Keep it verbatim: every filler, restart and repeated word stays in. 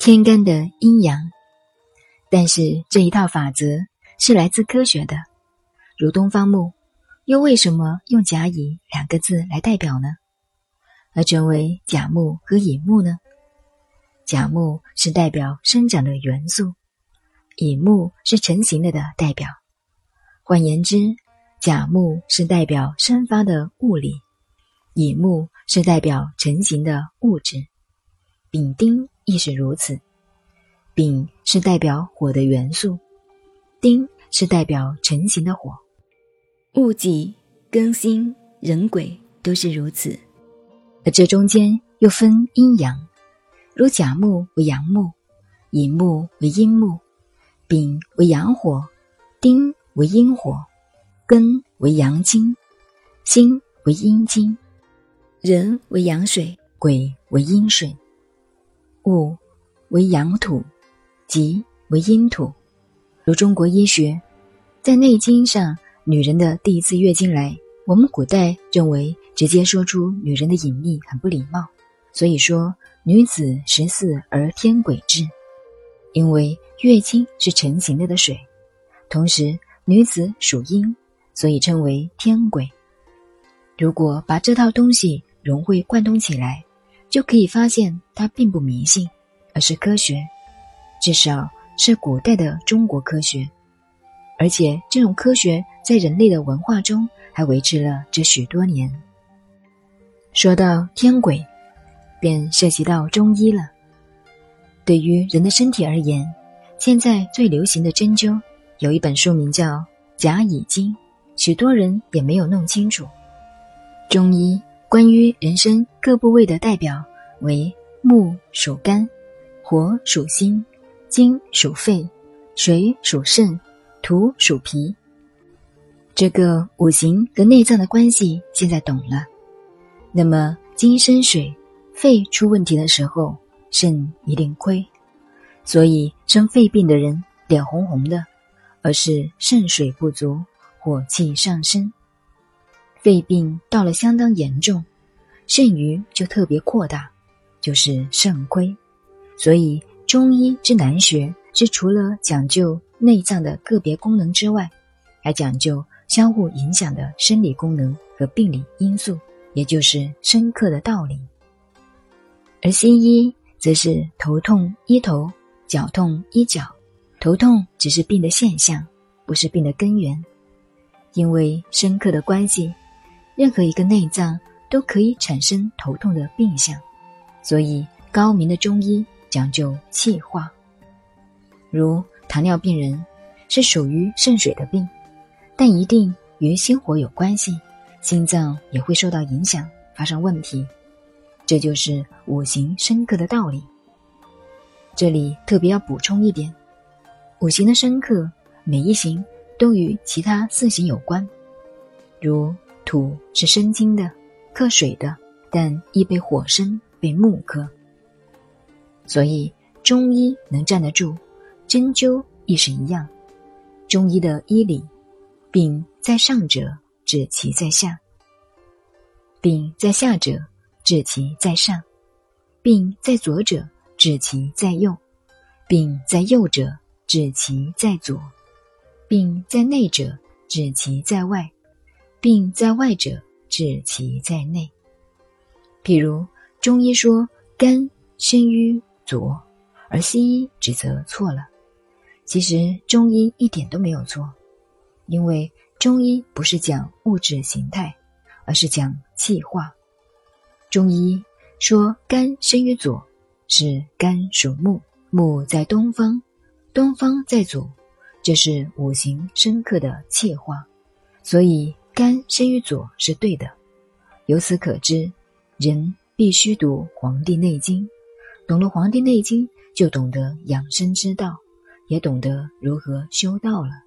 天干的阴阳。但是这一套法则是来自科学的，如东方木，又为什么用甲乙两个字来代表呢？而成为甲木和乙木呢？甲木是代表生长的元素，乙木是成型了的代表。换言之，甲木是代表生发的物理，乙木是代表成型的物质。丙丁亦是如此，丙是代表火的元素，丁是代表成型的火。 戊己、庚辛、壬癸都是如此。 而这中间又分阴阳，如甲木为阳木，乙木为阴木，丙为阳火，丁为阴火，庚为阳金，辛为阴金， 壬为阳水， 癸为阴水，戊为阳土，己为阴土。如中国医学，在《内经》上，女人的第一次月经来，我们古代认为直接说出女人的隐秘很不礼貌，所以说女子十四而天癸至。因为月经是成型了的水，同时女子属阴，所以称为天癸。如果把这套东西融会贯通起来，就可以发现它并不迷信，而是科学，至少是古代的中国科学。而且这种科学在人类的文化中还维持了这许多年。说到天癸，便涉及到中医了。对于人的身体而言，现在最流行的针灸有一本书名叫《甲乙经》，许多人也没有弄清楚。中医关于人身各部位的代表为木属肝，火属心，金属肺，水属肾，土属脾。这个五行和内脏的关系现在懂了。那么金生水，肺出问题的时候，肾一定亏，所以生肺病的人脸红红的，而是肾水不足，火气上升。肺病到了相当严重，肾盂就特别扩大，就是肾亏。所以中医之难学，是除了讲究内脏的个别功能之外，还讲究相互影响的生理功能和病理因素，也就是深刻的道理。而西医则是头痛医头，脚痛医脚，头痛只是病的现象，不是病的根源。因为深刻的关系，任何一个内脏都可以产生头痛的病象，所以高明的中医讲究气化。如糖尿病人是属于肾水的病，但一定与心火有关系，心脏也会受到影响，发生问题。这就是五行深刻的道理。这里特别要补充一点，五行的深刻，每一行都与其他四行有关。如土是生金的，克水的，但亦被火生，被木克。所以中医能站得住，针灸亦是一样。中医的医理，病在上者，治其在下；病在下者，治其在上；病在左者，治其在右；病在右者，治其在左；病在内者，治其在外；病在外者，治其在内。譬如中医说肝生于左，而西医指责错了。其实中医一点都没有错，因为中医不是讲物质形态，而是讲气化。中医说肝生于左，是肝属木，木在东方，东方在左，这是五行深刻的气化，所以肝生于左是对的。由此可知，人必须读《黄帝内经》，懂了《黄帝内经》，就懂得养生之道，也懂得如何修道了。